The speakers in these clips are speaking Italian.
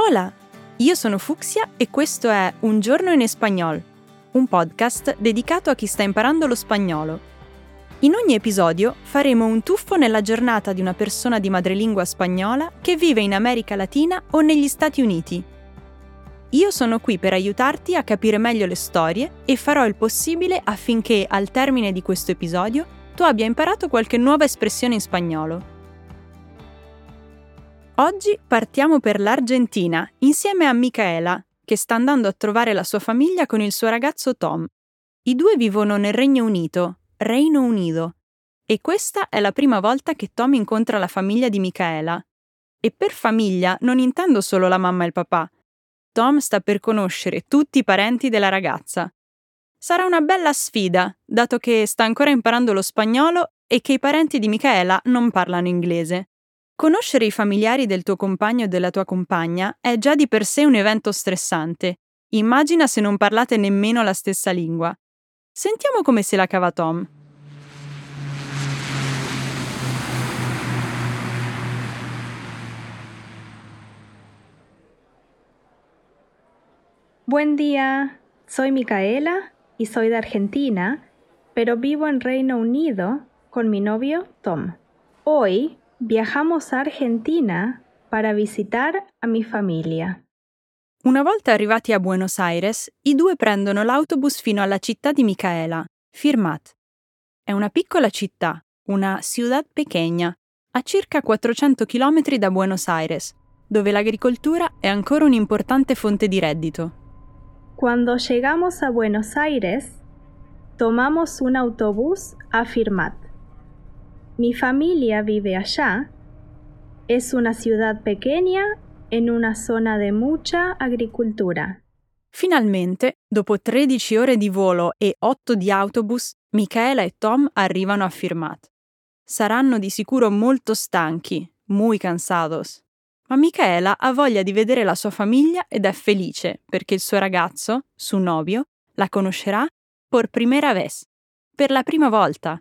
Hola, io sono Fucsia e questo è Un giorno in espagnol, un podcast dedicato a chi sta imparando lo spagnolo. In ogni episodio faremo un tuffo nella giornata di una persona di madrelingua spagnola che vive in America Latina o negli Stati Uniti. Io sono qui per aiutarti a capire meglio le storie e farò il possibile affinché al termine di questo episodio tu abbia imparato qualche nuova espressione in spagnolo. Oggi partiamo per l'Argentina insieme a Micaela, che sta andando a trovare la sua famiglia con il suo ragazzo Tom. I due vivono nel Regno Unito, Reino Unido, e questa è la prima volta che Tom incontra la famiglia di Micaela. E per famiglia non intendo solo la mamma e il papà. Tom sta per conoscere tutti i parenti della ragazza. Sarà una bella sfida, dato che sta ancora imparando lo spagnolo e che i parenti di Micaela non parlano inglese. Conoscere i familiari del tuo compagno e della tua compagna è già di per sé un evento stressante. Immagina se non parlate nemmeno la stessa lingua. Sentiamo come se la cava Tom. Buen día, soy Micaela y soy de Argentina, pero vivo en Reino Unido con mi novio Tom. Hoy viajamos a Argentina para visitar a mi familia. Una volta arrivati a Buenos Aires, i due prendono l'autobus fino alla città di Micaela, Firmat. È una piccola città, una ciudad pequeña, a circa 400 km da Buenos Aires, dove l'agricoltura è ancora un'importante fonte di reddito. Cuando llegamos a Buenos Aires, tomamos un autobús a Firmat. Mi familia vive allá. Es una ciudad pequeña en una zona de mucha agricultura. Finalmente, dopo 13 ore di volo e 8 di autobus, Micaela e Tom arrivano a Firmat. Saranno di sicuro molto stanchi, muy cansados. Ma Micaela ha voglia di vedere la sua famiglia ed è felice perché il suo ragazzo, su novio, la conoscerà por primera vez, per la prima volta.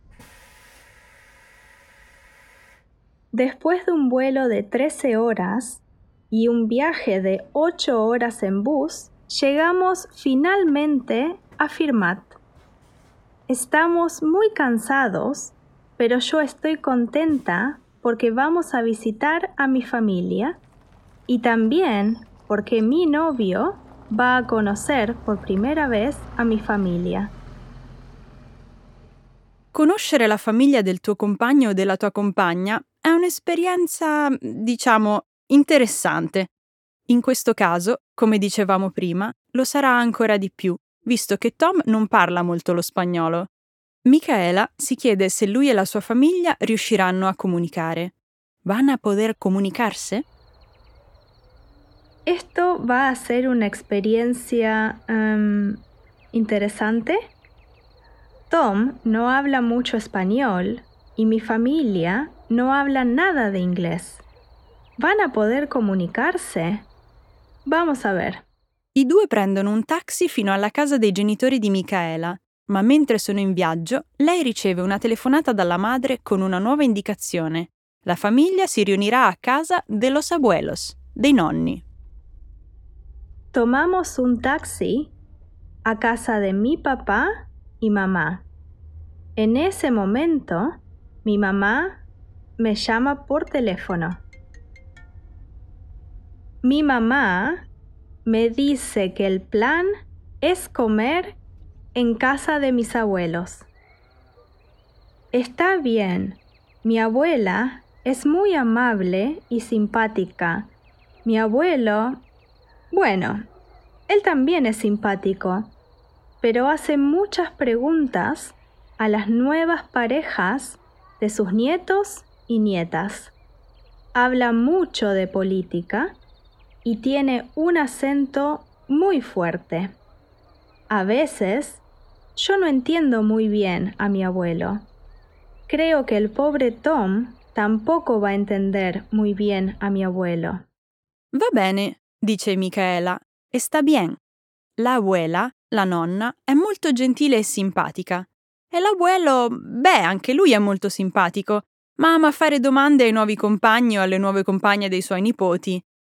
Después de un vuelo de 13 horas y un viaje de 8 horas en bus, llegamos finalmente a Firmat. Estamos muy cansados, pero yo estoy contenta porque vamos a visitar a mi familia y también porque mi novio va a conocer por primera vez a mi familia. Conoscere la famiglia del tuo compagno o della tua compagna è un'esperienza, interessante. In questo caso, come dicevamo prima, lo sarà ancora di più, visto che Tom non parla molto lo spagnolo. Micaela si chiede se lui e la sua famiglia riusciranno a comunicare. ¿Van a poder comunicarse? Esto va a ser una experiencia interesante. Tom no habla mucho español y mi familia no habla nada de inglés. ¿Van a poder comunicarse? Vamos a ver. I due prendono un taxi fino alla casa dei genitori di Micaela, ma mentre sono in viaggio, lei riceve una telefonata dalla madre con una nuova indicazione. La famiglia si riunirà a casa de los abuelos, dei nonni. Tomamos un taxi a casa de mi papá y mamá. En ese momento, mi mamá me llama por teléfono. Mi mamá me dice que el plan es comer en casa de mis abuelos. Está bien, mi abuela es muy amable y simpática. Mi abuelo, bueno, él también es simpático, pero hace muchas preguntas a las nuevas parejas de sus nietos y nietas. Habla mucho de política y tiene un acento muy fuerte. A veces, yo no entiendo muy bien a mi abuelo. Creo que el pobre Tom tampoco va a entender muy bien a mi abuelo. Va bene, dice Micaela, e sta bien. La abuela, la nonna, è molto gentile e simpatica. E l'abuelo, anche lui è molto simpatico, ma ama fare domande ai nuovi compagni o alle nuove compagne dei suoi nipoti.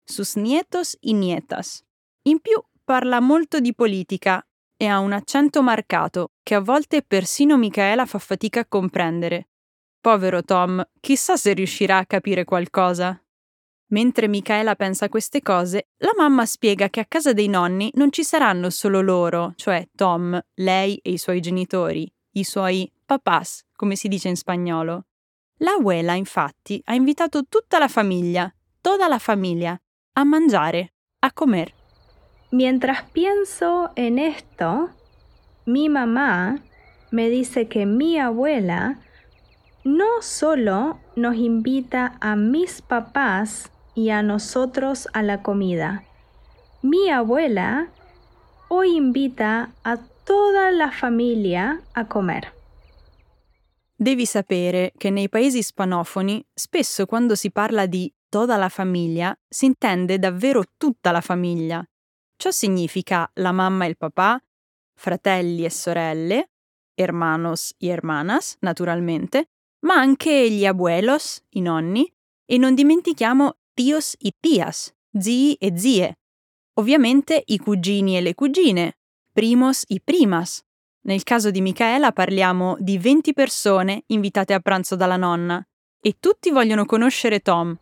sus nietos y nietas. In più parla molto di politica e ha un accento marcato che a volte persino Micaela fa fatica a comprendere. Povero Tom, chissà se riuscirà a capire qualcosa. Mentre Micaela pensa a queste cose, la mamma spiega che a casa dei nonni non ci saranno solo loro, cioè Tom, lei e i suoi genitori, i suoi papás, come si dice in spagnolo. La abuela, infatti, ha invitato tutta la famiglia, toda la familia, a mangiare, a comer. Mientras pienso en esto, mi mamá me dice que mi abuela no solo nos invita a mis papás y a nosotros a la comida. Mi abuela hoy invita a toda la familia a comer. Devi sapere che nei paesi ispanofoni spesso quando si parla di toda la famiglia si intende davvero tutta la famiglia. Ciò significa la mamma e il papà, fratelli e sorelle, hermanos y hermanas, naturalmente, ma anche gli abuelos, i nonni, e non dimentichiamo tios y tías, zii e zie. Ovviamente i cugini e le cugine, primos y primas. Nel caso di Micaela parliamo di 20 persone invitate a pranzo dalla nonna e tutti vogliono conoscere Tom.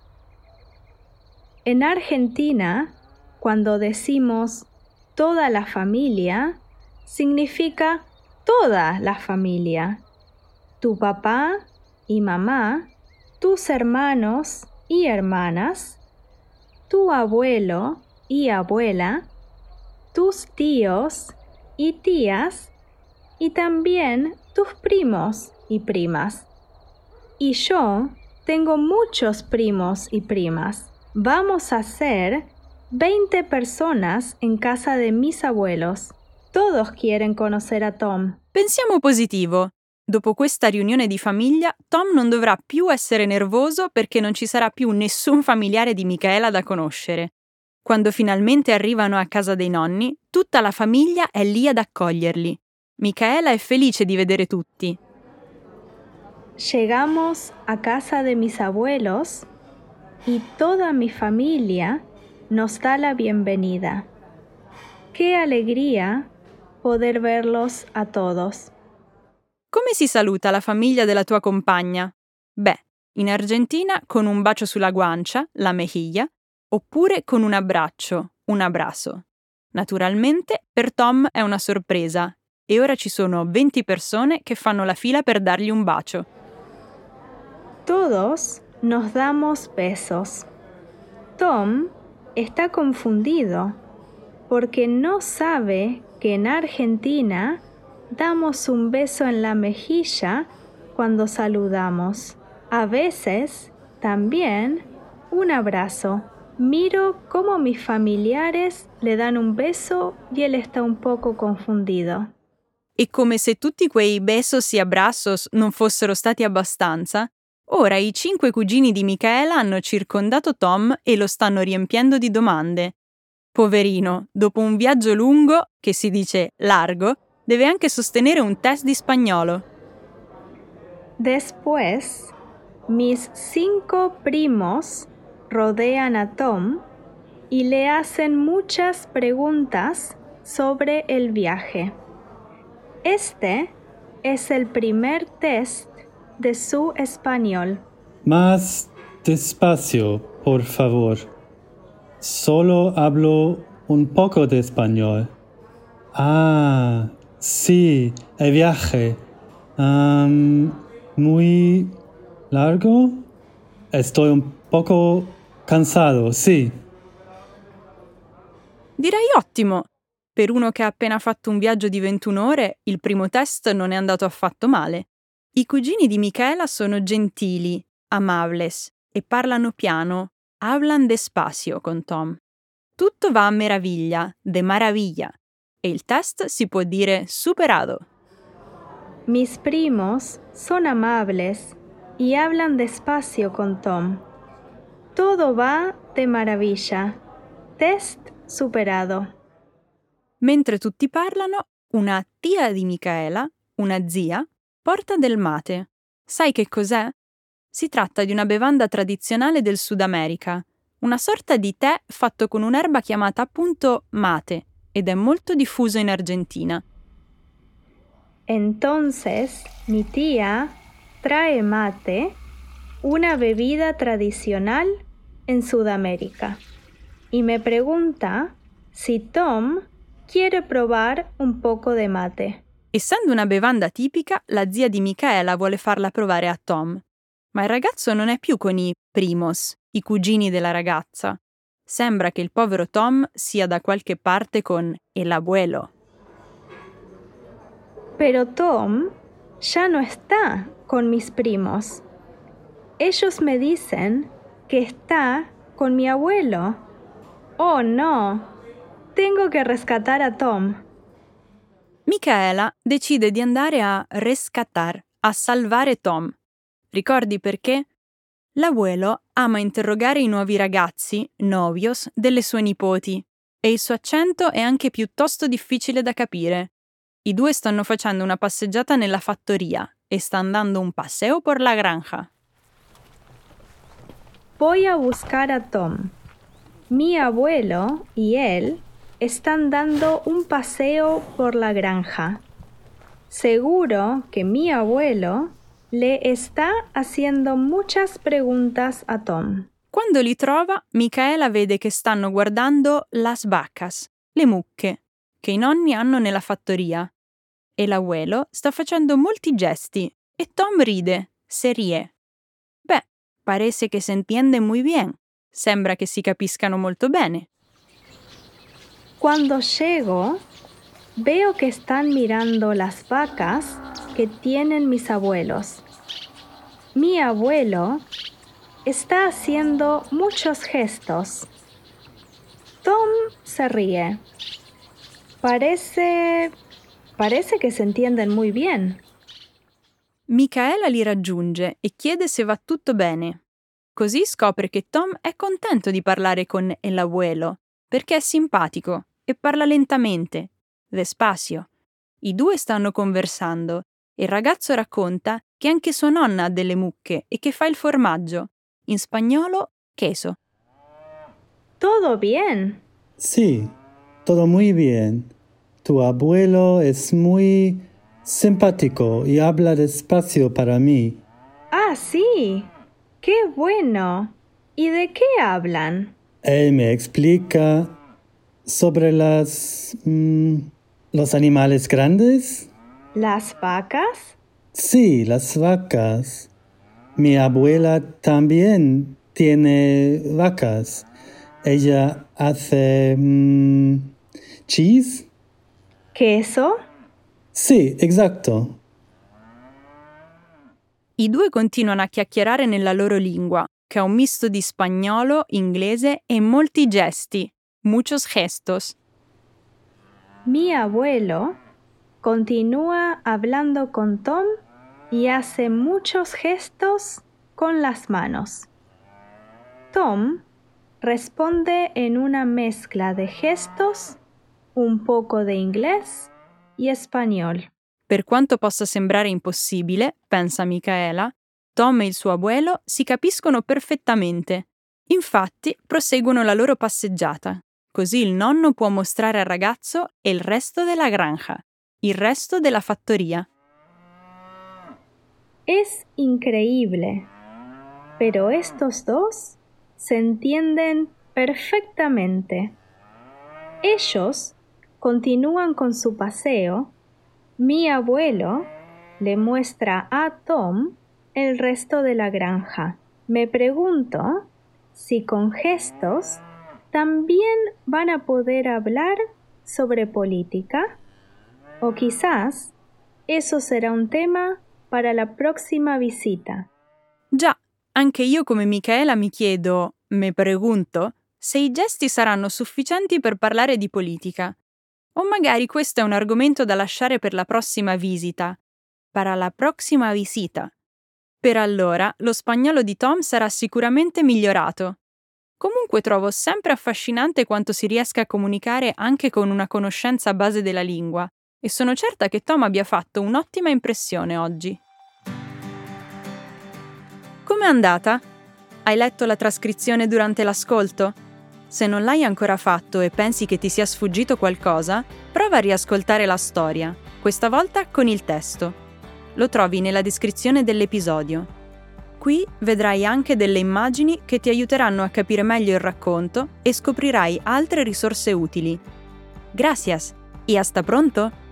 En Argentina, cuando decimos toda la familia, significa toda la familia. Tu papá y mamá, tus hermanos y hermanas, tu abuelo y abuela, tus tíos y tías, y también tus primos y primas. Y yo tengo muchos primos y primas. Vamos a ser 20 personas en casa de mis abuelos. Todos quieren conocer a Tom. Pensiamo positivo. Dopo questa riunione di famiglia, Tom non dovrà più essere nervoso perché non ci sarà più nessun familiare di Micaela da conoscere. Quando finalmente arrivano a casa dei nonni, tutta la famiglia è lì ad accoglierli. Micaela è felice di vedere tutti. Llegamos a casa de mis abuelos y toda mi familia nos da la bienvenida. ¡Qué alegría poder verlos a todos! Come si saluta la famiglia della tua compagna? Beh, in Argentina con un bacio sulla guancia, la mejilla, oppure con un abbraccio, un abrazo. Naturalmente, per Tom è una sorpresa e ora ci sono 20 persone che fanno la fila per dargli un bacio. Todos nos damos besos. Tom está confundido porque no sabe que en Argentina damos un beso en la mejilla cuando saludamos. A veces también un abrazo. Miro cómo mis familiares le dan un beso y él está un poco confundido. E come se tutti quei besos y abrazos non fossero stati abbastanza, ora i 5 cugini di Micaela hanno circondato Tom e lo stanno riempiendo di domande. Poverino, dopo un viaggio lungo, che si dice largo, deve anche sostenere un test di spagnolo. Después, mis 5 primos rodean a Tom y le hacen muchas preguntas sobre el viaje. Este es el primer test de su español. Más despacio, por favor. Solo hablo un poco de español. Ah, sí, el viaje. ¿Muy largo? Estoy un poco cansado, sì. Direi ottimo! Per uno che ha appena fatto un viaggio di 21 ore, il primo test non è andato affatto male. I cugini di Micaela sono gentili, amables e parlano piano, hablan despacio con Tom. Tutto va a meraviglia, de maravilla, e il test si può dire superado. Mis primos son amables y hablan despacio con Tom. Todo va de maravilla. Test superado. Mentre tutti parlano, una tia di Micaela, una zia, porta del mate. Sai che cos'è? Si tratta di una bevanda tradizionale del Sud America, una sorta di tè fatto con un'erba chiamata appunto mate ed è molto diffuso in Argentina. Entonces, mi tía trae mate, una bebida tradicional en Sudamérica, y me pregunta si Tom quiere probar un poco de mate. Essendo una bevanda tipica, la zia di Micaela vuole farla provare a Tom. Ma il ragazzo non è più con i primos, i cugini della ragazza. Sembra che il povero Tom sia da qualche parte con el abuelo. Pero Tom ya no está con mis primos. Ellos me dicen que está con mi abuelo. Oh no, tengo que rescatar a Tom. Micaela decide di andare a rescatar, a salvare Tom. Ricordi perché? L'abuelo ama interrogare i nuovi ragazzi, novios, delle sue nipoti, e il suo accento è anche piuttosto difficile da capire. I due stanno facendo una passeggiata nella fattoria e stanno dando un paseo por la granja. Voy a buscar a Tom. Mi abuelo y él están dando un paseo por la granja. Seguro que mi abuelo le está haciendo muchas preguntas a Tom. Quando li trova, Micaela vede che stanno guardando las vacas, le mucche, che i nonni hanno nella fattoria. E l'abuelo sta facendo molti gesti e Tom ride, se ríe. Beh, parece che se entiende muy bien. Sembra che si capiscano molto bene. Cuando llego, veo que están mirando las vacas que tienen mis abuelos. Mi abuelo está haciendo muchos gestos. Tom se ríe. Parece que se entienden muy bien. Micaela li raggiunge e chiede se va tutto bene. Così scopre che Tom è contento di parlare con el abuelo, perché è simpatico e parla lentamente, despacio. I due stanno conversando e il ragazzo racconta che anche sua nonna ha delle mucche e che fa il formaggio. In spagnolo, queso. ¿Todo bien? Sí, todo muy bien. Tu abuelo es muy simpático y habla despacio para mí. Ah, sí. ¡Qué bueno! ¿Y de qué hablan? Él me explica sobre los animales grandes. ¿Las vacas? Sí, las vacas. Mi abuela también tiene vacas. Ella hace cheese. ¿Queso? Sì, esatto. I due continuano a chiacchierare nella loro lingua, che è un misto di spagnolo, inglese e molti gesti, muchos gestos. Mi abuelo continúa hablando con Tom y hace muchos gestos con las manos. Tom responde en una mezcla de gestos, un poco de inglés y español. Per quanto possa sembrare impossibile, pensa Micaela, Tom e il suo abuelo si capiscono perfettamente. Infatti, proseguono la loro passeggiata. Così il nonno può mostrare al ragazzo il resto della granja, il resto della fattoria. Es increíble, pero estos dos se entienden perfectamente. Ellos continúan con su paseo. Mi abuelo le muestra a Tom el resto de la granja. Me pregunto si con gestos también van a poder hablar sobre política, o quizás eso será un tema para la prossima visita. Già, anche io come Micaela me pregunto, se i gesti saranno sufficienti per parlare di politica. O magari questo è un argomento da lasciare per la prossima visita. Para la prossima visita. Per allora, lo spagnolo di Tom sarà sicuramente migliorato. Comunque trovo sempre affascinante quanto si riesca a comunicare anche con una conoscenza base della lingua, e sono certa che Tom abbia fatto un'ottima impressione oggi. Com'è andata? Hai letto la trascrizione durante l'ascolto? Se non l'hai ancora fatto e pensi che ti sia sfuggito qualcosa, prova a riascoltare la storia, questa volta con il testo. Lo trovi nella descrizione dell'episodio. Qui vedrai anche delle immagini che ti aiuteranno a capire meglio il racconto e scoprirai altre risorse utili. Gracias y hasta pronto!